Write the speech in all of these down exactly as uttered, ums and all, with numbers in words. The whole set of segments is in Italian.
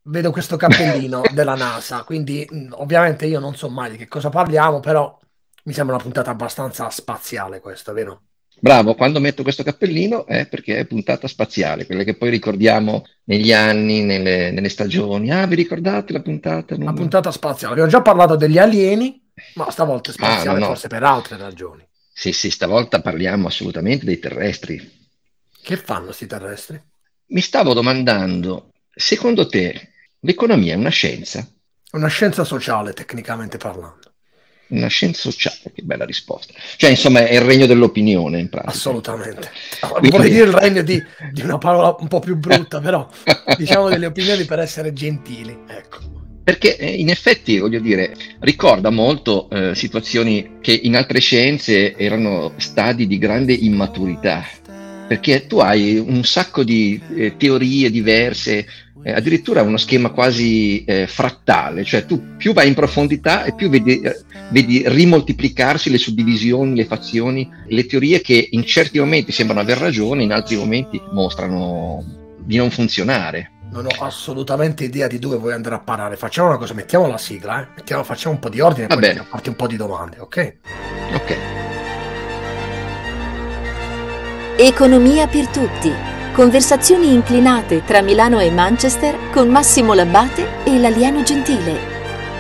vedo questo cappellino della NASA, quindi mh, ovviamente io non so mai di che cosa parliamo, però mi sembra una puntata abbastanza spaziale questa, vero? Bravo, quando metto questo cappellino è perché è puntata spaziale, quelle che poi ricordiamo negli anni, nelle, nelle stagioni. Ah, vi ricordate la puntata La numero? puntata spaziale. Abbiamo già parlato degli alieni, ma stavolta è Ah, no, spaziale no. forse per altre ragioni. Sì, sì, stavolta parliamo assolutamente dei terrestri. Che fanno questi terrestri? Mi stavo domandando, secondo te l'economia è una scienza? È una scienza sociale, tecnicamente parlando. Una scienza sociale, che bella risposta. Cioè, insomma, è il regno dell'opinione in pratica. Assolutamente. Vorrei Quindi... dire il regno di, di una parola un po' più brutta, però diciamo delle opinioni per essere gentili. Ecco. Perché eh, in effetti, voglio dire, ricorda molto eh, situazioni che in altre scienze erano stadi di grande immaturità, perché tu hai un sacco di eh, teorie diverse, eh, addirittura uno schema quasi eh, frattale, cioè tu più vai in profondità e più vedi, eh, vedi rimoltiplicarsi le suddivisioni, le fazioni, le teorie che in certi momenti sembrano aver ragione, in altri momenti mostrano di non funzionare. Non ho assolutamente idea di dove vuoi andare a parare. Facciamo una cosa, mettiamo la sigla, eh? Mettiamo, facciamo un po' di ordine e Va poi iniziamo bene, a farti un po' di domande, ok? ok. Economia per tutti. Conversazioni inclinate tra Milano e Manchester con Massimo Labbate e l'alieno gentile.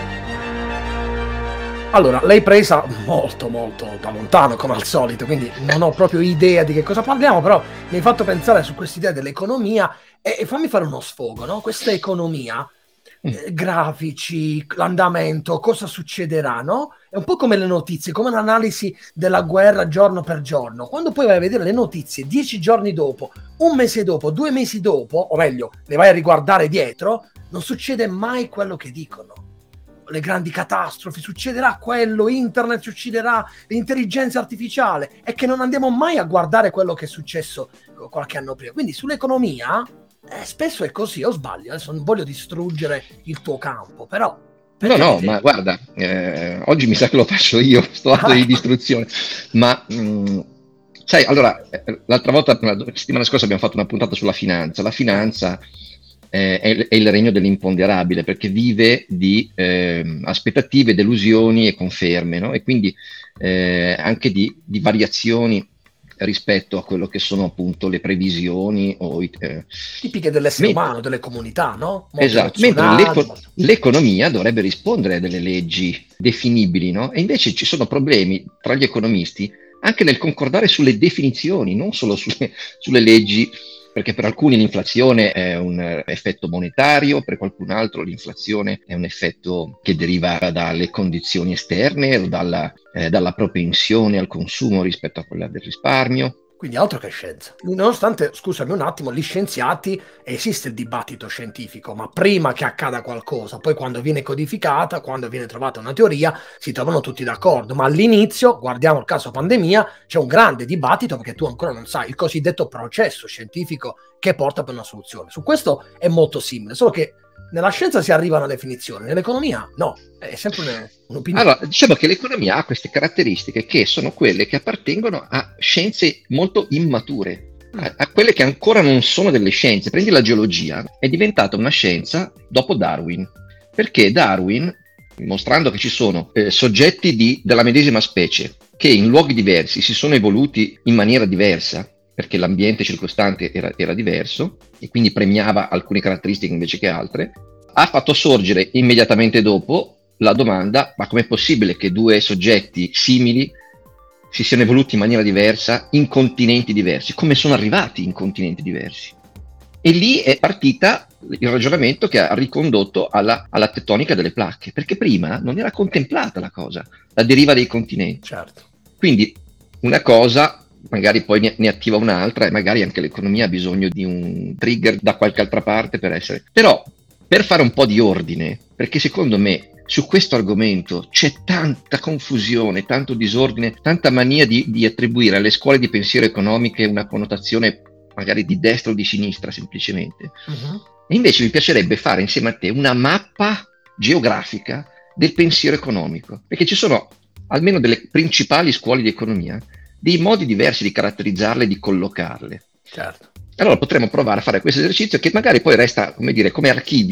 Allora, l'hai presa molto molto da lontano come al solito, quindi non ho proprio idea di che cosa parliamo, però mi hai fatto pensare su quest'idea dell'economia e, e fammi fare uno sfogo, no? Questa economia, eh, grafici, l'andamento, cosa succederà, no? È un po' come le notizie, come l'analisi della guerra giorno per giorno. Quando poi vai a vedere le notizie dieci giorni dopo, un mese dopo, due mesi dopo, o meglio, le vai a riguardare dietro, non succede mai quello che dicono. Le grandi catastrofi, succederà quello, internet succederà, l'intelligenza artificiale, e che non andiamo mai a guardare quello che è successo qualche anno prima. Quindi sull'economia eh, spesso è così, o sbaglio, adesso non voglio distruggere il tuo campo, però No, perché no, vedi? ma guarda, eh, oggi mi sa che lo faccio io, sto atto Ah, di ecco. distruzione, ma mh, sai, allora, eh, l'altra volta, la settimana scorsa abbiamo fatto una puntata sulla finanza. La Eh, finanza eh, è, è il regno dell'imponderabile perché vive di eh, aspettative, delusioni e conferme, no? E quindi eh, anche di, di variazioni rispetto a quello che sono appunto le previsioni o i, eh, tipiche dell'essere me- umano, delle comunità, no? Molto Esatto, mentre emozionali. l'eco- molto- l'economia dovrebbe rispondere a delle leggi definibili, no? E invece ci sono problemi tra gli economisti anche nel concordare sulle definizioni, non solo sulle, sulle leggi, perché per alcuni l'inflazione è un eh, effetto monetario, per qualcun altro l'inflazione è un effetto che deriva dalle condizioni esterne o dalla, eh, dalla propensione al consumo rispetto a quella del risparmio. Quindi altro che scienza. Nonostante, scusami un attimo, gli scienziati, esiste il dibattito scientifico, ma prima che accada qualcosa, poi quando viene codificata, quando viene trovata una teoria, si trovano tutti d'accordo. Ma all'inizio, guardiamo il caso pandemia, c'è un grande dibattito perché tu ancora non sai il cosiddetto processo scientifico che porta per una soluzione. Su questo è molto simile, solo che nella scienza si arriva a una definizione, nell'economia no, è sempre un- un'opinione. Allora, diciamo che l'economia ha queste caratteristiche che sono quelle che appartengono a scienze molto immature, a, a quelle che ancora non sono delle scienze. Prendi la geologia, è diventata una scienza dopo Darwin, perché Darwin, dimostrando che ci sono eh, soggetti di- della medesima specie che in luoghi diversi si sono evoluti in maniera diversa, perché l'ambiente circostante era, era diverso e quindi premiava alcune caratteristiche invece che altre, ha fatto sorgere immediatamente dopo la domanda: ma com'è possibile che due soggetti simili si siano evoluti in maniera diversa in continenti diversi? Come sono arrivati in continenti diversi? E lì è partita il ragionamento che ha ricondotto alla, alla tettonica delle placche, perché prima non era contemplata la cosa, la deriva dei continenti. Certo. Quindi una cosa magari poi ne, ne attiva un'altra e magari anche l'economia ha bisogno di un trigger da qualche altra parte per essere. Però per fare un po' di ordine, perché secondo me su questo argomento c'è tanta confusione, tanto disordine, tanta mania di, di attribuire alle scuole di pensiero economiche una connotazione magari di destra o di sinistra semplicemente. Mhm. E invece mi piacerebbe fare insieme a te una mappa geografica del pensiero economico, perché ci sono almeno delle principali scuole di economia, dei modi diversi di caratterizzarle e di collocarle. Certo. Allora potremmo provare a fare questo esercizio che magari poi resta, come dire, come archivio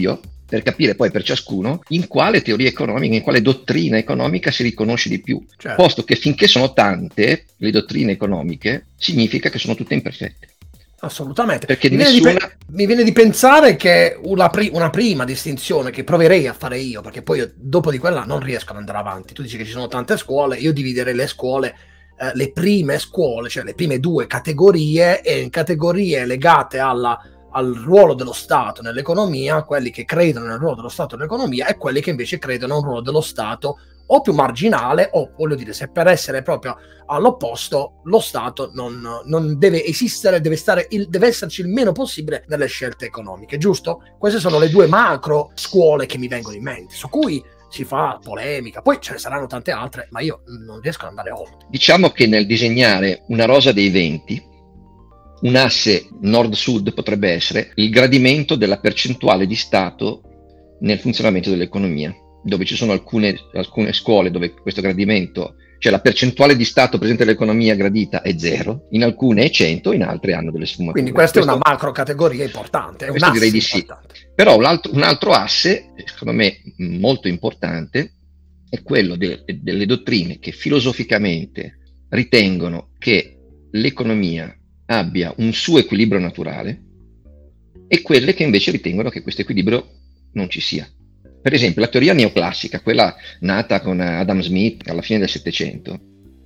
per capire poi per ciascuno in quale teoria economica, in quale dottrina economica si riconosce di più, certo. Posto che finché sono tante le dottrine economiche, significa che sono tutte imperfette. Assolutamente. Perché mi, nessuna... viene pe- mi viene di pensare che una, pri- una prima distinzione che proverei a fare io, perché poi io, dopo di quella non riesco ad andare avanti. Tu dici che ci sono tante scuole, io dividerei le scuole, eh, le prime scuole, cioè le prime due categorie, e in categorie legate alla, al ruolo dello Stato nell'economia, quelli che credono nel ruolo dello Stato nell'economia e quelli che invece credono in un ruolo dello Stato o più marginale, o voglio dire, se per essere proprio all'opposto, lo Stato non, non deve esistere, deve, stare il, deve esserci il meno possibile nelle scelte economiche, giusto? Queste sono le due macro scuole che mi vengono in mente, su cui si fa polemica, poi ce ne saranno tante altre, ma io non riesco ad andare oltre. Diciamo che nel disegnare una rosa dei venti, un asse nord-sud potrebbe essere il gradimento della percentuale di Stato nel funzionamento dell'economia, dove ci sono alcune, alcune scuole dove questo gradimento, cioè la percentuale di Stato presente nell'economia gradita è zero, in alcune è cento, in altre hanno delle sfumature. Quindi questa questo, è una macro categoria importante, è un asse direi di importante. Sì. Però un altro, un altro asse, secondo me molto importante, è quello de, delle dottrine che filosoficamente ritengono che l'economia abbia un suo equilibrio naturale e quelle che invece ritengono che questo equilibrio non ci sia. Per esempio, la teoria neoclassica, quella nata con Adam Smith alla fine del Settecento,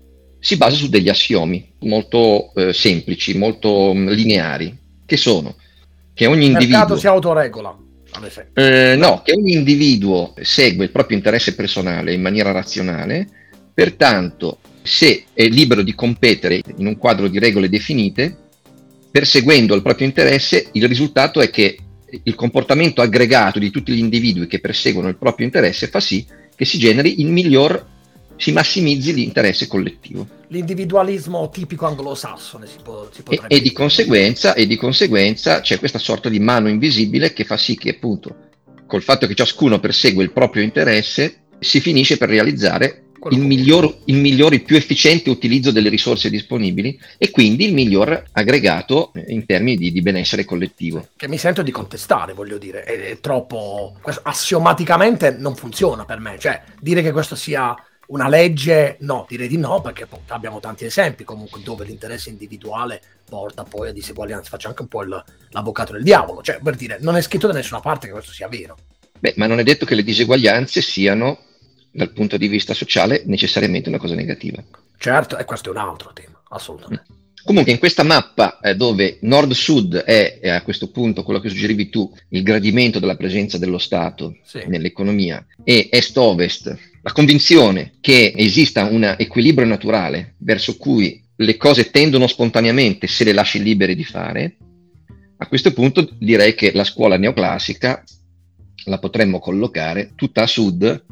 si basa su degli assiomi molto eh, semplici, molto mh, lineari, che sono che ogni individuo... Il mercato si autoregola, ad esempio. Eh, no, che ogni individuo segue il proprio interesse personale in maniera razionale, pertanto se è libero di competere in un quadro di regole definite, perseguendo il proprio interesse, il risultato è che il comportamento aggregato di tutti gli individui che perseguono il proprio interesse fa sì che si generi il miglior, si massimizzi l'interesse collettivo. L'individualismo tipico anglosassone si può, si e, e, di conseguenza, e di conseguenza c'è questa sorta di mano invisibile che fa sì che appunto col fatto che ciascuno persegue il proprio interesse si finisce per realizzare il miglior, il miglior, il più efficiente utilizzo delle risorse disponibili e quindi il miglior aggregato in termini di, di benessere collettivo. Che mi sento di contestare, voglio dire, è, è troppo, assiomaticamente non funziona per me, cioè dire che questo sia una legge, no, direi di no, perché abbiamo tanti esempi comunque dove l'interesse individuale porta poi a diseguaglianze, faccio anche un po' il, l'avvocato del diavolo, cioè per dire, non è scritto da nessuna parte che questo sia vero. Beh, ma non è detto che le diseguaglianze siano dal punto di vista sociale necessariamente una cosa negativa. Certo, e questo è un altro tema, assolutamente. Comunque in questa mappa eh, dove nord-sud è, è a questo punto quello che suggerivi tu, il gradimento della presenza dello Stato sì. nell'economia, e est-ovest la convinzione che esista un equilibrio naturale verso cui le cose tendono spontaneamente se le lasci libere di fare, a questo punto direi che la scuola neoclassica la potremmo collocare tutta a sud,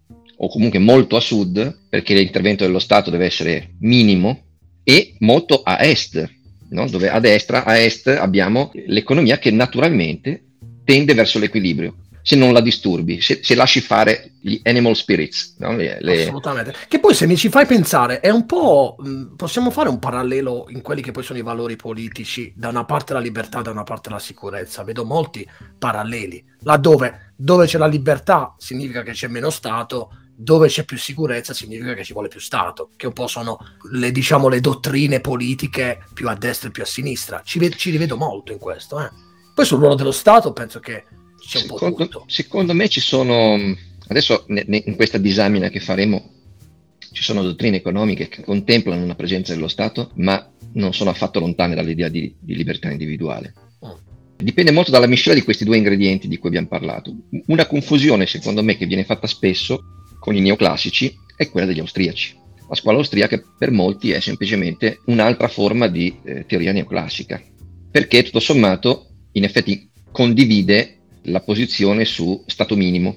o comunque molto a sud, perché l'intervento dello Stato deve essere minimo, e molto a est, no? Dove a destra, a est, abbiamo l'economia che naturalmente tende verso l'equilibrio, se non la disturbi, se, se lasci fare gli animal spirits. No? Le, le... Assolutamente. Che poi se mi ci fai pensare, è un po', mh, possiamo fare un parallelo in quelli che poi sono i valori politici, da una parte la libertà, da una parte la sicurezza, vedo molti paralleli, laddove dove c'è la libertà significa che c'è meno Stato, dove c'è più sicurezza significa che ci vuole più Stato, che un po' sono le, diciamo, le dottrine politiche più a destra e più a sinistra. Ci, ve- ci rivedo molto in questo. Eh. Poi sul ruolo dello Stato penso che c'è un secondo, po' tutto. Secondo me ci sono, adesso ne, ne, in questa disamina che faremo, ci sono dottrine economiche che contemplano una presenza dello Stato, ma non sono affatto lontane dall'idea di, di libertà individuale. Oh. Dipende molto dalla miscela di questi due ingredienti di cui abbiamo parlato. Una confusione, secondo me, che viene fatta spesso con i neoclassici è quella degli austriaci. La scuola austriaca per molti è semplicemente un'altra forma di eh, teoria neoclassica, perché tutto sommato in effetti condivide la posizione su stato minimo.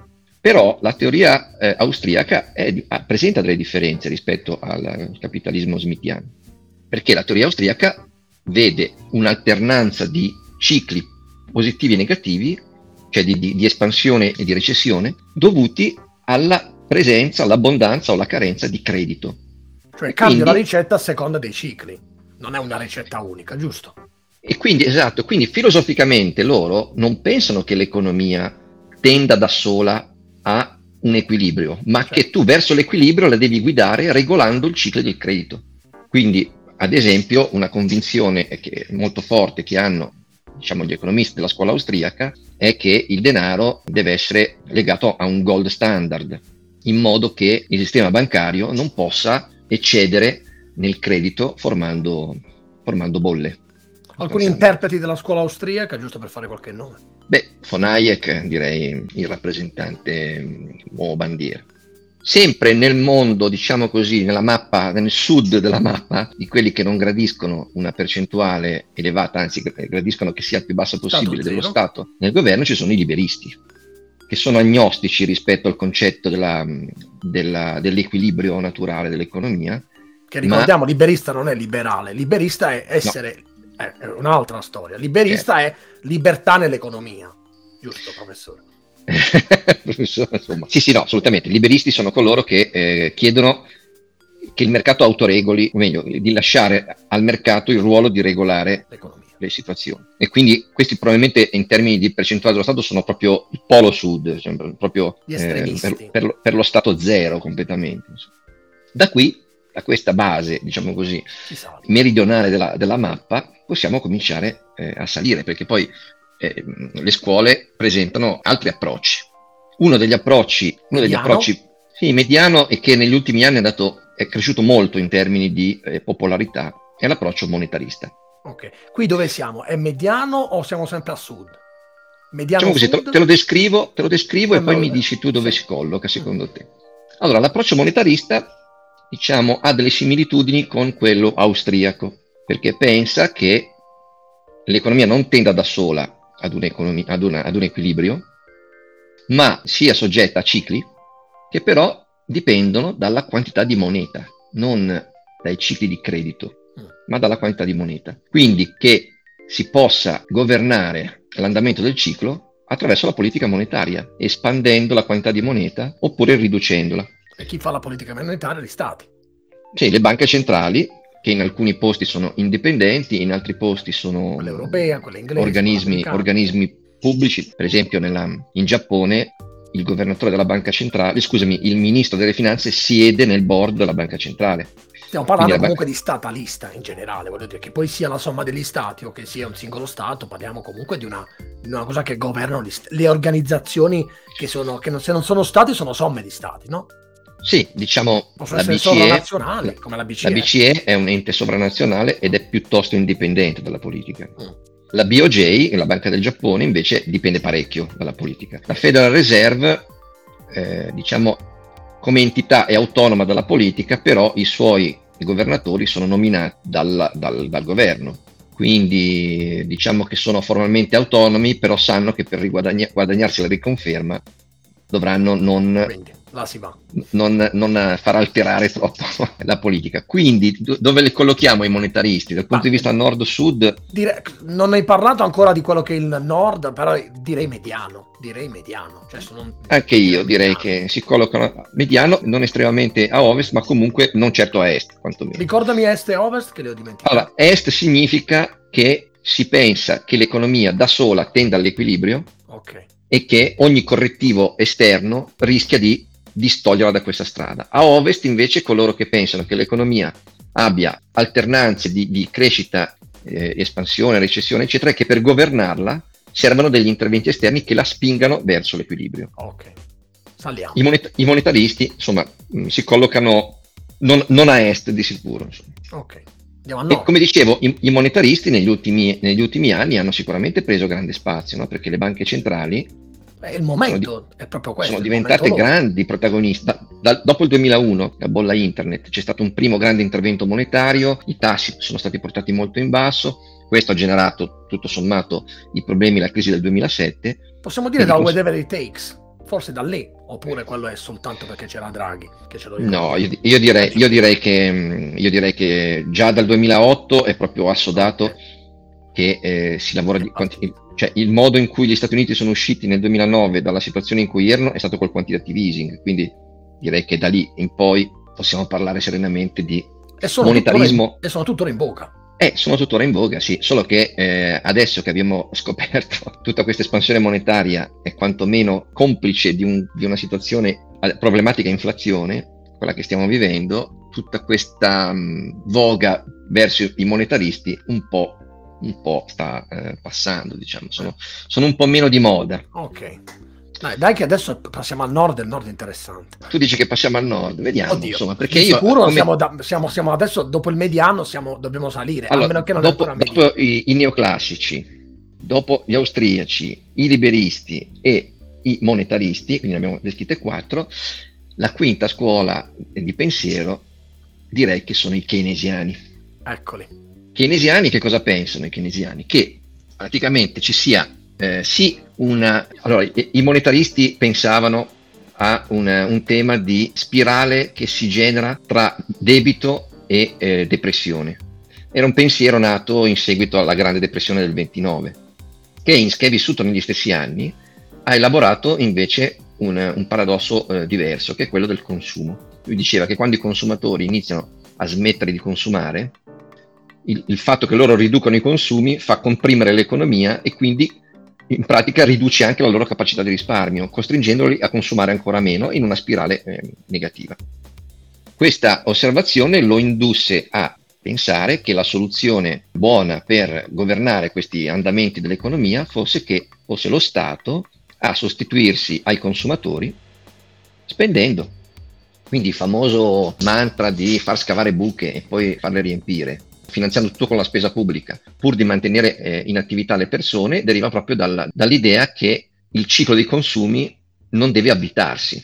Però la teoria eh, austriaca è, presenta delle differenze rispetto al capitalismo smithiano, perché la teoria austriaca vede un'alternanza di cicli positivi e negativi, cioè di, di, di espansione e di recessione, dovuti alla presenza, all'abbondanza o alla carenza di credito. Cioè cambia la ricetta a seconda dei cicli, non è una ricetta unica, giusto? E quindi, esatto, quindi filosoficamente loro non pensano che l'economia tenda da sola a un equilibrio, ma certo. che tu verso l'equilibrio la devi guidare regolando il ciclo del credito. Quindi, ad esempio, una convinzione che è molto forte che hanno, diciamo, gli economisti della scuola austriaca è che il denaro deve essere legato a un gold standard, in modo che il sistema bancario non possa eccedere nel credito formando, formando bolle. Alcuni interpreti della scuola austriaca, giusto per fare qualche nome? Beh, von Hayek direi il rappresentante uomo bandiera. Sempre nel mondo, diciamo così, nella mappa, nel sud della mappa, di quelli che non gradiscono una percentuale elevata, anzi gradiscono che sia il più bassa possibile dello Stato nel governo, ci sono i liberisti, che sono agnostici rispetto al concetto della, della, dell'equilibrio naturale dell'economia. Che ricordiamo, ma... liberista non è liberale, liberista è essere... No. È un'altra storia. Liberista certo. È libertà nell'economia, giusto, professore? Insomma. Sì, sì, no, assolutamente. I liberisti sono coloro che eh, chiedono che il mercato autoregoli, o meglio, di lasciare al mercato il ruolo di regolare l'economia, le situazioni. E quindi questi probabilmente in termini di percentuale dello Stato sono proprio il polo sud, cioè proprio eh, per, per, lo, per lo Stato zero completamente. Insomma. Da qui, da questa base, diciamo così, meridionale della, della mappa, possiamo cominciare eh, a salire, perché poi eh, le scuole presentano altri approcci. Uno degli approcci, uno degli approcci sì, mediano e che negli ultimi anni è, dato, è cresciuto molto in termini di eh, popolarità, è l'approccio monetarista. Ok, qui dove siamo? È mediano o siamo sempre a sud? Mediano diciamo così, sud? Te, te lo descrivo, te lo descrivo e poi lo... mi dici tu dove sì. si colloca secondo te. Allora, l'approccio monetarista, diciamo, ha delle similitudini con quello austriaco, perché pensa che l'economia non tenda da sola ad, un'economia, ad, una, ad un equilibrio, ma sia soggetta a cicli che però dipendono dalla quantità di moneta, non dai cicli di credito, ma dalla quantità di moneta. Quindi che si possa governare l'andamento del ciclo attraverso la politica monetaria, espandendo la quantità di moneta oppure riducendola. E chi fa la politica monetaria? Gli stati. Sì, le banche centrali, che in alcuni posti sono indipendenti, in altri posti sono quella europea, quella inglese, organismi, organismi pubblici. Per esempio nella, in Giappone il governatore della banca centrale, scusami, il ministro delle finanze siede nel board della banca centrale. Stiamo parlando Quindi comunque banca... di statalista in generale, voglio dire, che poi sia la somma degli stati o che sia un singolo stato, parliamo comunque di una, di una cosa che governano gli, le organizzazioni che, sono, che non, se non sono stati sono somme di stati, no? Sì, diciamo possono essere sovranazionali, come la B C E. La B C E è un ente sovranazionale ed è piuttosto indipendente dalla politica. Mm. La B O J, la Banca del Giappone, invece dipende parecchio dalla politica. La Federal Reserve, eh, diciamo, come entità è autonoma dalla politica, però i suoi governatori sono nominati dal, dal, dal governo. Quindi diciamo che sono formalmente autonomi, però sanno che per riguadagna- guadagnarsi la riconferma dovranno non... Quindi. Là si va. Non, non far alterare troppo la politica. Quindi do, dove le collochiamo i monetaristi? Dal punto ah, di vista nord-sud? Dire, non hai parlato ancora di quello che è il nord, però direi mediano. Direi mediano. Cioè sono, Anche io direi mediano. Che si collocano mediano, non estremamente a ovest, ma comunque non certo a est, quantomeno. Ricordami est e ovest che le ho dimenticato. Allora, est significa che si pensa che l'economia da sola tenda all'equilibrio, okay, e che ogni correttivo esterno rischia di distoglierla da questa strada. A ovest invece coloro che pensano che l'economia abbia alternanze di, di crescita, eh, espansione, recessione eccetera, e che per governarla servono degli interventi esterni che la spingano verso l'equilibrio. Ok, saliamo. I, monet- i monetaristi insomma mh, si collocano non, non a est di sicuro, insomma. Ok, andiamo a nord. E come dicevo, i, i monetaristi negli ultimi, negli ultimi anni hanno sicuramente preso grande spazio, no? Perché le banche centrali Beh, il momento di- è proprio questo. sono diventate grandi protagonisti. Da, da, dopo il duemilauno, la bolla internet, c'è stato un primo grande intervento monetario, i tassi sono stati portati molto in basso, questo ha generato tutto sommato i problemi, la crisi del duemilasette. Possiamo dire da cons- whatever it takes, forse da lì, oppure quello è soltanto perché c'era Draghi che ce lo ricorda? No, io, io, direi, io, direi che, io direi che già dal duemilaotto è proprio assodato che eh, si lavora di, quanti, cioè il modo in cui gli Stati Uniti sono usciti nel duemilanove dalla situazione in cui erano è stato col quantitative easing, quindi direi che da lì in poi possiamo parlare serenamente di e sono monetarismo. In, e sono tuttora in bocca. Eh, sono tuttora in voga, sì, solo che eh, adesso che abbiamo scoperto tutta questa espansione monetaria è quantomeno complice di, un, di una situazione eh, problematica inflazione, quella che stiamo vivendo, tutta questa mh, voga verso i monetaristi un po', un po' sta eh, passando, diciamo, sono, sono un po' meno di moda. Ok. Dai, dai che adesso passiamo al nord, e il nord è interessante. Tu dici che passiamo al nord, vediamo. Oddio, insomma, perché di io sicuro come... siamo, da, siamo, siamo adesso, dopo il mediano, siamo, dobbiamo salire, allora, a meno che non dopo, è ancora dopo i, i neoclassici, dopo gli austriaci, i liberisti e i monetaristi, quindi ne abbiamo descritte quattro, la quinta scuola di pensiero direi che sono i keynesiani. Eccoli. Keynesiani che cosa pensano i keynesiani? Che praticamente ci sia eh, sì una... Allora, i, i monetaristi pensavano a una, un tema di spirale che si genera tra debito e eh, depressione. Era un pensiero nato in seguito alla grande depressione del ventinove. Keynes, che è vissuto negli stessi anni, ha elaborato invece un, un paradosso eh, diverso, che è quello del consumo. Lui diceva che quando i consumatori iniziano a smettere di consumare, il, il fatto che loro riducono i consumi fa comprimere l'economia e quindi in pratica riduce anche la loro capacità di risparmio, costringendoli a consumare ancora meno in una spirale eh, negativa. Questa osservazione lo indusse a pensare che la soluzione buona per governare questi andamenti dell'economia fosse che fosse lo Stato a sostituirsi ai consumatori spendendo. Quindi il famoso mantra di far scavare buche e poi farle riempire, finanziando tutto con la spesa pubblica, pur di mantenere eh, in attività le persone, deriva proprio dalla, dall'idea che il ciclo dei consumi non deve avvitarsi.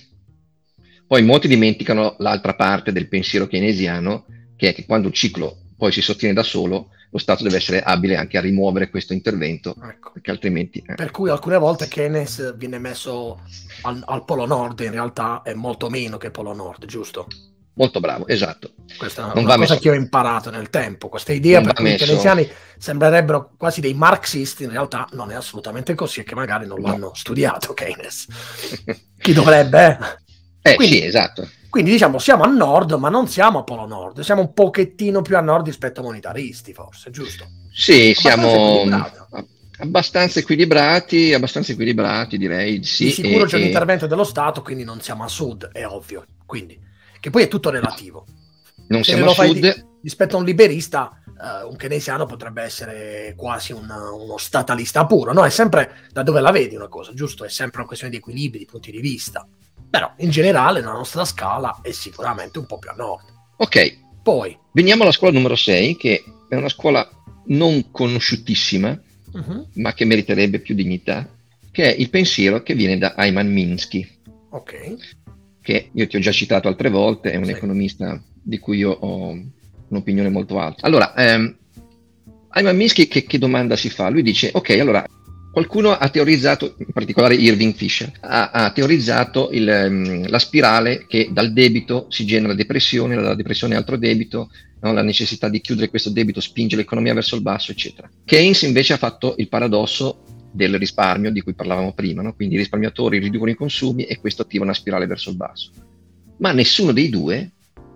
Poi molti dimenticano l'altra parte del pensiero keynesiano, che è che quando il ciclo poi si sostiene da solo, lo Stato deve essere abile anche a rimuovere questo intervento, Ecco. perché altrimenti... Eh. Per cui alcune volte Keynes viene messo al, al polo nord, in realtà è molto meno che il polo nord, giusto? Molto bravo, esatto. Questa è non una va cosa messo... che ho imparato nel tempo, questa idea non per cui messo... i keynesiani sembrerebbero quasi dei marxisti, in realtà non è assolutamente così, e che magari non no. l'hanno studiato Keynes. Chi dovrebbe? Eh quindi, sì, esatto. Quindi diciamo siamo a nord, ma non siamo a polo nord, siamo un pochettino più a nord rispetto ai monetaristi, forse, giusto? Sì, abbastanza siamo equilibrato. abbastanza equilibrati, abbastanza equilibrati direi, sì. Di sicuro e, c'è un e... intervento dello Stato, quindi non siamo a sud, è ovvio, quindi, che poi è tutto relativo. Non Se siamo lo a fai sud. Di, rispetto a un liberista, uh, un keynesiano potrebbe essere quasi un, uno statalista puro, no? È sempre da dove la vedi una cosa, giusto? È sempre una questione di equilibri, di punti di vista. Però in generale la nostra scala è sicuramente un po' più a nord. Ok, poi veniamo alla scuola numero sei, che è una scuola non conosciutissima, uh-huh. ma che meriterebbe più dignità, che è il pensiero che viene da Hyman Minsky. Ok. Che io ti ho già citato altre volte, è un sì. economista di cui io ho un'opinione molto alta. Allora, ehm, Hyman Minsky che, che domanda si fa? Lui dice, ok, allora, qualcuno ha teorizzato, in particolare Irving Fisher, ha, ha teorizzato il, um, la spirale che dal debito si genera depressione, dalla depressione altro debito, no? La necessità di chiudere questo debito spinge l'economia verso il basso, eccetera. Keynes invece ha fatto il paradosso del risparmio di cui parlavamo prima, no? Quindi i risparmiatori riducono i consumi e questo attiva una spirale verso il basso. Ma nessuno dei due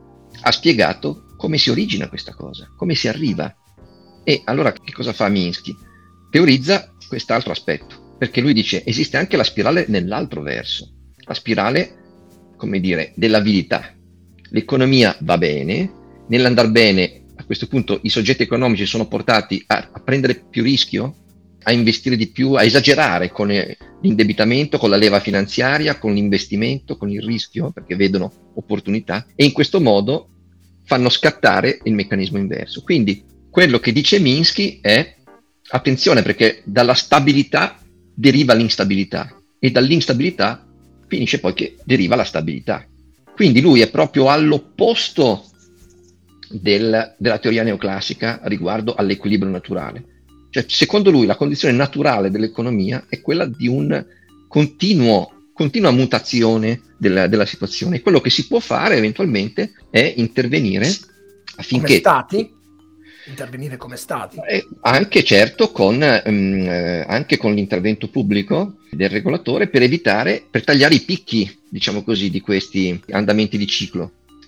ha spiegato come si origina questa cosa, come si arriva. E allora che cosa fa Minsky? Teorizza quest'altro aspetto, perché lui dice esiste anche la spirale nell'altro verso, la spirale, come dire, dell'avidità. L'economia va bene, nell'andar bene a questo punto i soggetti economici sono portati a, a prendere più rischio, a investire di più, a esagerare con l'indebitamento, con la leva finanziaria, con l'investimento, con il rischio, perché vedono opportunità, e in questo modo fanno scattare il meccanismo inverso. Quindi quello che dice Minsky è attenzione, perché dalla stabilità deriva l'instabilità e dall'instabilità finisce poi che deriva la stabilità. Quindi lui è proprio all'opposto del, della teoria neoclassica riguardo all'equilibrio naturale. Cioè, secondo lui la condizione naturale dell'economia è quella di un continuo, continua mutazione della, della situazione. Quello che si può fare eventualmente è intervenire affinché... Come stati? Intervenire come stati? Eh, anche certo con, um, eh, anche con l'intervento pubblico del regolatore per evitare, per tagliare i picchi, diciamo così, di questi andamenti di ciclo.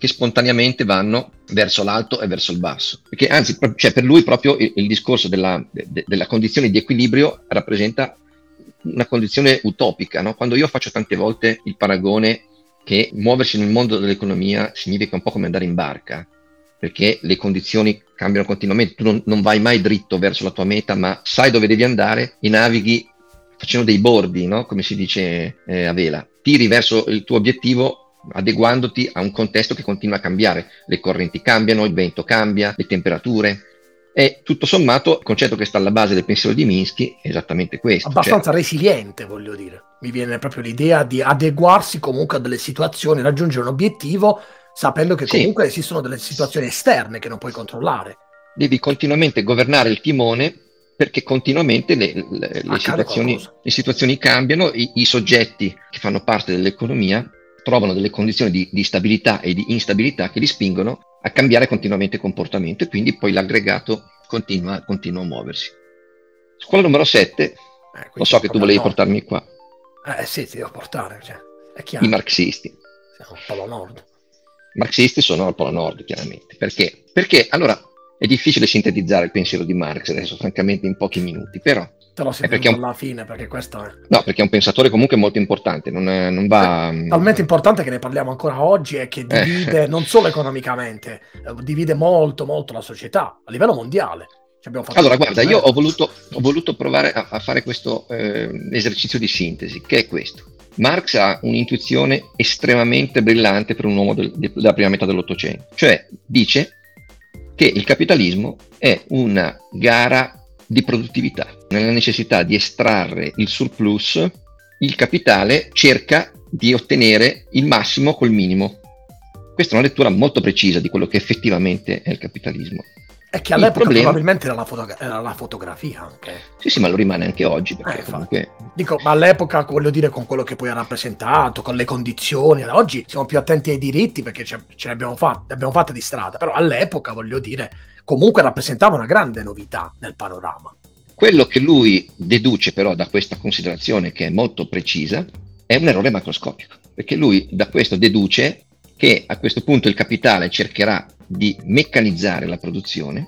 che spontaneamente vanno verso l'alto e verso il basso. Perché anzi, pro- cioè per lui proprio il, il discorso della, de- della condizione di equilibrio rappresenta una condizione utopica, no? Quando io faccio tante volte il paragone che muoversi nel mondo dell'economia significa un po' come andare in barca, perché le condizioni cambiano continuamente, tu non, non vai mai dritto verso la tua meta, ma sai dove devi andare e navighi facendo dei bordi, no? Come si dice eh, a vela. Tiri verso il tuo obiettivo adeguandoti a un contesto che continua a cambiare, le correnti cambiano, il vento cambia, le temperature. E tutto sommato il concetto che sta alla base del pensiero di Minsky è esattamente questo. Abbastanza cioè, resiliente, voglio dire. Mi viene proprio l'idea di adeguarsi comunque a delle situazioni, raggiungere un obiettivo sapendo che comunque sì, esistono delle situazioni esterne che non puoi controllare. devi continuamente governare il timone perché continuamente le, le, le, situazioni, le situazioni cambiano, i, i soggetti che fanno parte dell'economia trovano delle condizioni di, di stabilità e di instabilità che li spingono a cambiare continuamente comportamento e quindi poi l'aggregato continua, continua a muoversi. Scuola numero sette, Eh, lo so che tu volevi nord. portarmi qua. Eh sì, ti devo portare, cioè, è chiaro. I marxisti. Siamo al Polo Nord. I marxisti sono al Polo Nord, chiaramente. Perché? Perché allora è difficile sintetizzare il pensiero di Marx adesso, francamente, in pochi minuti, però Però si perché alla fine, perché questo è... No, perché è un pensatore comunque molto importante, non, è, non va... È talmente importante che ne parliamo ancora oggi e che divide, eh. non solo economicamente, divide molto, molto la società, a livello mondiale. Allora, guarda, io ho voluto, ho voluto provare a, a fare questo eh, esercizio di sintesi, che è questo. Marx ha un'intuizione estremamente brillante per un uomo del, della prima metà dell'Ottocento, cioè dice che il capitalismo è una gara di produttività. Nella necessità di estrarre il surplus, il capitale cerca di ottenere il massimo col minimo. Questa è una lettura molto precisa di quello che effettivamente è il capitalismo. E che all'epoca problema... probabilmente era la, fotogra- era la fotografia anche. Sì, sì, ma lo rimane anche oggi. Perché eh, comunque... Dico, ma all'epoca, voglio dire, con quello che poi ha rappresentato, con le condizioni, oggi siamo più attenti ai diritti perché ce, ce ne abbiamo fatte, abbiamo fatte di strada, però all'epoca, voglio dire, comunque rappresentava una grande novità nel panorama. Quello che lui deduce però da questa considerazione, che è molto precisa, è un errore macroscopico, perché lui da questo deduce che a questo punto il capitale cercherà di meccanizzare la produzione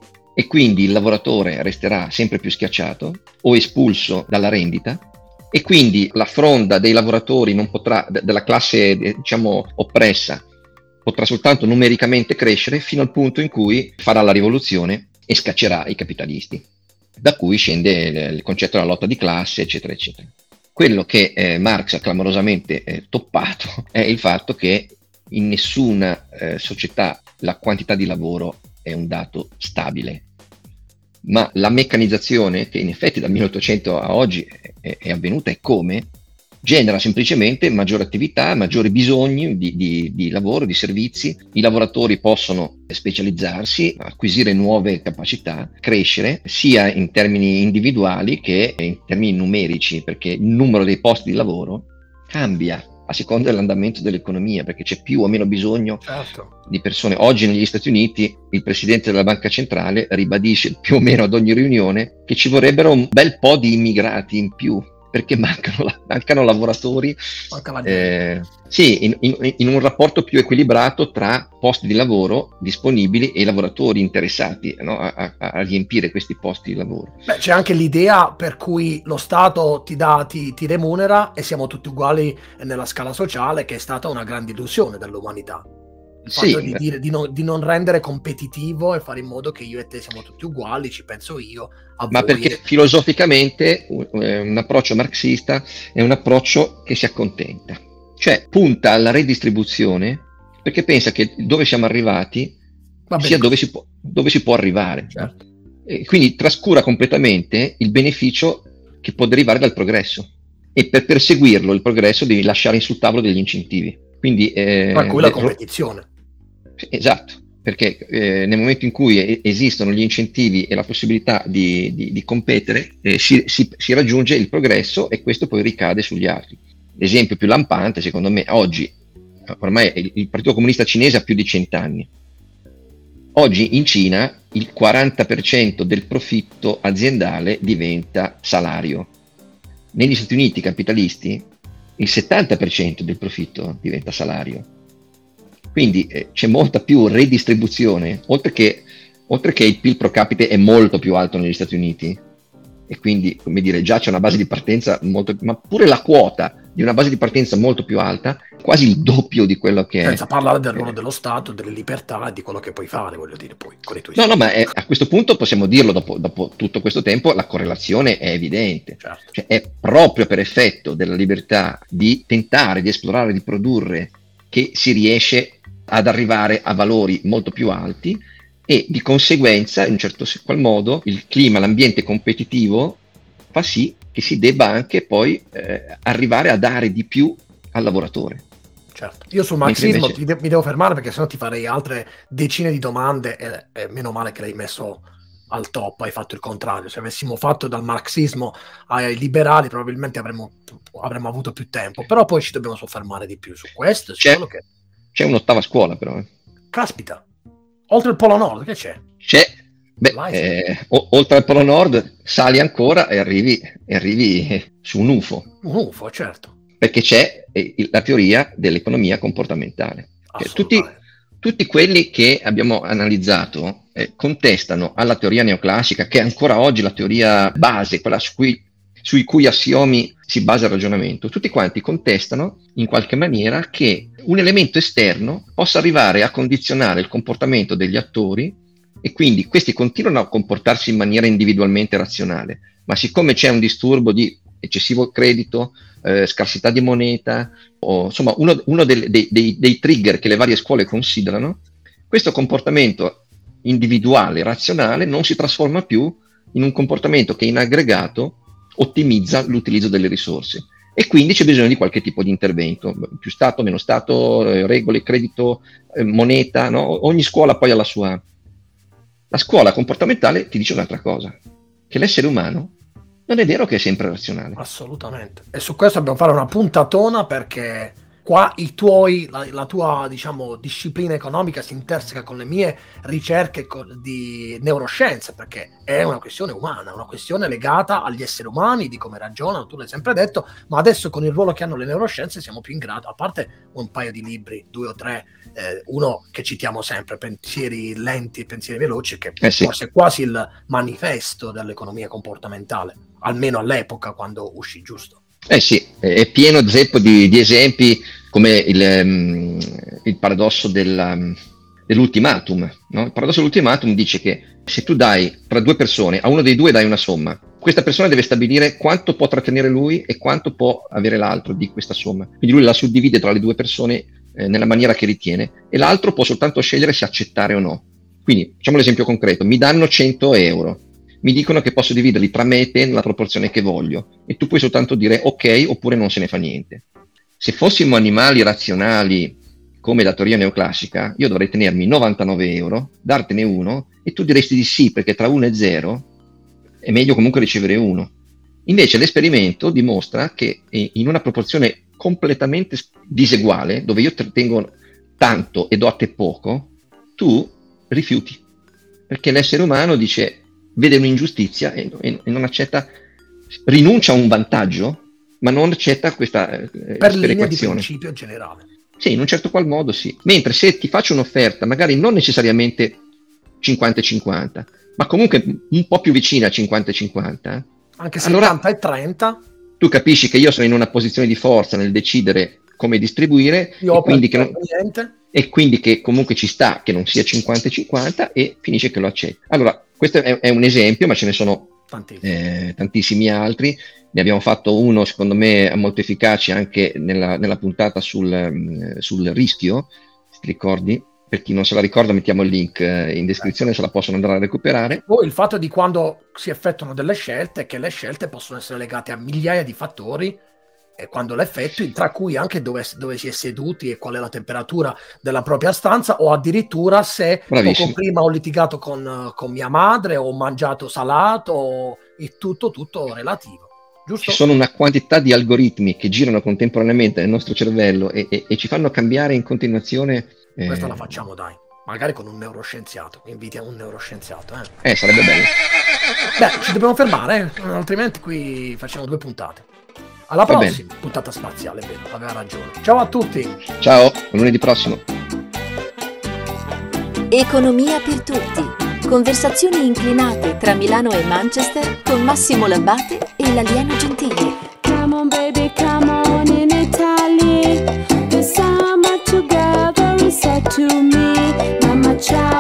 e quindi il lavoratore resterà sempre più schiacciato o espulso dalla rendita e quindi la fronda dei lavoratori non potrà, della classe diciamo oppressa, potrà soltanto numericamente crescere fino al punto in cui farà la rivoluzione e scaccerà i capitalisti, da cui scende il concetto della lotta di classe, eccetera, eccetera. Quello che eh, Marx ha clamorosamente eh, toppato è il fatto che in nessuna eh, società la quantità di lavoro è un dato stabile, ma la meccanizzazione, che in effetti dal milleottocento a oggi è, è avvenuta e come, genera semplicemente maggiore attività, maggiori bisogni di, di, di lavoro, di servizi. I lavoratori possono specializzarsi, acquisire nuove capacità, crescere sia in termini individuali che in termini numerici, perché il numero dei posti di lavoro cambia a seconda dell'andamento dell'economia, perché c'è più o meno bisogno certo. di persone. Oggi negli Stati Uniti il presidente della banca centrale ribadisce più o meno ad ogni riunione che ci vorrebbero un bel po' di immigrati in più, perché mancano, mancano lavoratori Manca eh, sì, in, in, in un rapporto più equilibrato tra posti di lavoro disponibili e lavoratori interessati, no, a, a, a riempire questi posti di lavoro. Beh, c'è anche l'idea per cui lo Stato ti dà, ti, ti remunera e siamo tutti uguali nella scala sociale, che è stata una grande illusione dell'umanità. Il fatto sì, di, dire, di, non, di non rendere competitivo e fare in modo che io e te siamo tutti uguali, ci penso io, a ma voi. Perché filosoficamente un, un approccio marxista è un approccio che si accontenta, cioè punta alla redistribuzione perché pensa che dove siamo arrivati sia dove si, può, dove si può arrivare, certo. E quindi trascura completamente il beneficio che può derivare dal progresso, e per perseguirlo il progresso devi lasciare sul tavolo degli incentivi, quindi eh, tra cui la competizione. Esatto, perché eh, nel momento in cui esistono gli incentivi e la possibilità di, di, di competere, eh, si, si, si raggiunge il progresso e questo poi ricade sugli altri. L'esempio più lampante, secondo me, oggi, ormai il, il Partito Comunista Cinese ha più di cent'anni. Oggi in Cina il quaranta per cento del profitto aziendale diventa salario. Negli Stati Uniti capitalisti il settanta per cento del profitto diventa salario. Quindi eh, c'è molta più redistribuzione, oltre che, oltre che il P I L pro capite è molto più alto negli Stati Uniti, e quindi, come dire, già c'è una base di partenza molto, ma pure la quota di una base di partenza molto più alta, quasi il doppio di quello che è. Senza parlare del ruolo dello Stato, delle libertà e di quello che puoi fare, voglio dire, poi con i tuoi No, no, ma è, a questo punto possiamo dirlo, dopo, dopo tutto questo tempo, la correlazione è evidente. Certo. Cioè, è proprio per effetto della libertà di tentare, di esplorare, di produrre, che si riesce ad arrivare a valori molto più alti, e di conseguenza, in un certo qual modo, il clima, l'ambiente competitivo fa sì che si debba anche poi eh, arrivare a dare di più al lavoratore. Certo. Io sul marxismo invece... mi, de- mi devo fermare, perché sennò ti farei altre decine di domande, e, e meno male che l'hai messo al top, hai fatto il contrario. Se avessimo fatto dal marxismo ai liberali probabilmente avremmo, avremmo avuto più tempo, però poi ci dobbiamo soffermare di più su questo. Su C'è, quello che... c'è un'ottava scuola però. Eh. Caspita, oltre il Polo Nord che c'è? C'è, beh, eh, o- oltre al Polo Nord sali ancora e arrivi, e arrivi su un U F O. Un U F O, certo. Perché c'è eh, la teoria dell'economia comportamentale. Cioè, tutti, tutti quelli che abbiamo analizzato eh, contestano alla teoria neoclassica, che è ancora oggi la teoria base, quella su cui, sui cui assiomi si basa il ragionamento. Tutti quanti contestano in qualche maniera che un elemento esterno possa arrivare a condizionare il comportamento degli attori, e quindi questi continuano a comportarsi in maniera individualmente razionale, ma siccome c'è un disturbo di eccessivo credito, eh, scarsità di moneta, o insomma uno, uno dei, dei, dei, dei trigger che le varie scuole considerano, questo comportamento individuale, razionale, non si trasforma più in un comportamento che in aggregato ottimizza l'utilizzo delle risorse, e quindi c'è bisogno di qualche tipo di intervento, più Stato, meno Stato, eh, regole, credito, eh, moneta, no? Ogni scuola poi ha la sua. La scuola comportamentale ti dice un'altra cosa, che l'essere umano non è vero che è sempre razionale. Assolutamente. E su questo dobbiamo fare una puntatona, perché qua i tuoi, la, la tua, diciamo, disciplina economica si interseca con le mie ricerche di neuroscienze, perché è una questione umana, una questione legata agli esseri umani, di come ragionano, tu l'hai sempre detto, ma adesso con il ruolo che hanno le neuroscienze siamo più in grado, a parte un paio di libri, due o tre, eh, uno che citiamo sempre, Pensieri lenti e pensieri veloci, che Eh sì. forse è quasi il manifesto dell'economia comportamentale, almeno all'epoca quando uscì, giusto? Eh sì, è pieno zeppo di, di esempi, come il, um, il paradosso della, um, dell'ultimatum, no? Il paradosso dell'ultimatum dice che se tu dai tra due persone, a uno dei due dai una somma, questa persona deve stabilire quanto può trattenere lui e quanto può avere l'altro di questa somma. Quindi lui la suddivide tra le due persone eh, nella maniera che ritiene, e l'altro può soltanto scegliere se accettare o no. Quindi facciamo l'esempio concreto: mi danno cento euro, mi dicono che posso dividerli tra me e te nella proporzione che voglio, e tu puoi soltanto dire ok oppure non se ne fa niente. Se fossimo animali razionali come la teoria neoclassica, io dovrei tenermi novantanove euro, dartene uno, e tu diresti di sì, perché tra uno e zero è meglio comunque ricevere uno. Invece l'esperimento dimostra che in una proporzione completamente diseguale, dove io tengo tanto e do a te poco, tu rifiuti, perché l'essere umano dice, vede un'ingiustizia e, e, e non accetta, rinuncia a un vantaggio, ma non accetta questa eh, per linea di sperequazione. principio generale. Sì, in un certo qual modo sì. Mentre se ti faccio un'offerta, magari non necessariamente cinquanta e cinquanta, ma comunque un po' più vicina a cinquanta e cinquanta, anche allora settanta e trenta, tu capisci che io sono in una posizione di forza nel decidere come distribuire, e quindi, che non, e quindi che comunque ci sta che non sia cinquanta e cinquanta, e finisce che lo accetti. Allora, questo è, è un esempio, ma ce ne sono tantissimi. Eh, tantissimi altri. Ne abbiamo fatto uno, secondo me, molto efficace anche nella, nella puntata sul, sul rischio, se ti ricordi. Per chi non se la ricorda, mettiamo il link in descrizione, se la possono andare a recuperare. Poi il fatto di quando si effettuano delle scelte, che le scelte possono essere legate a migliaia di fattori, e quando le effettui, tra cui anche dove, dove si è seduti e qual è la temperatura della propria stanza, o addirittura se Bravissimo. poco prima ho litigato con, con mia madre, o ho mangiato salato, o è tutto, tutto relativo. Giusto? Ci sono una quantità di algoritmi che girano contemporaneamente nel nostro cervello e, e, e ci fanno cambiare in continuazione. Eh... Questa la facciamo, dai. Magari con un neuroscienziato. Invitiamo un neuroscienziato. Eh, eh sarebbe bello. Beh, ci dobbiamo fermare, eh? Altrimenti qui facciamo due puntate. Alla Va prossima bene. Puntata spaziale, vero, aveva ragione. Ciao a tutti. Ciao, a lunedì prossimo. Economia per tutti. Conversazioni inclinate tra Milano e Manchester con Massimo Labbate e l'alieno Gentili. Come on baby, come on in Italy. The summer together is said to me. Mama ciao.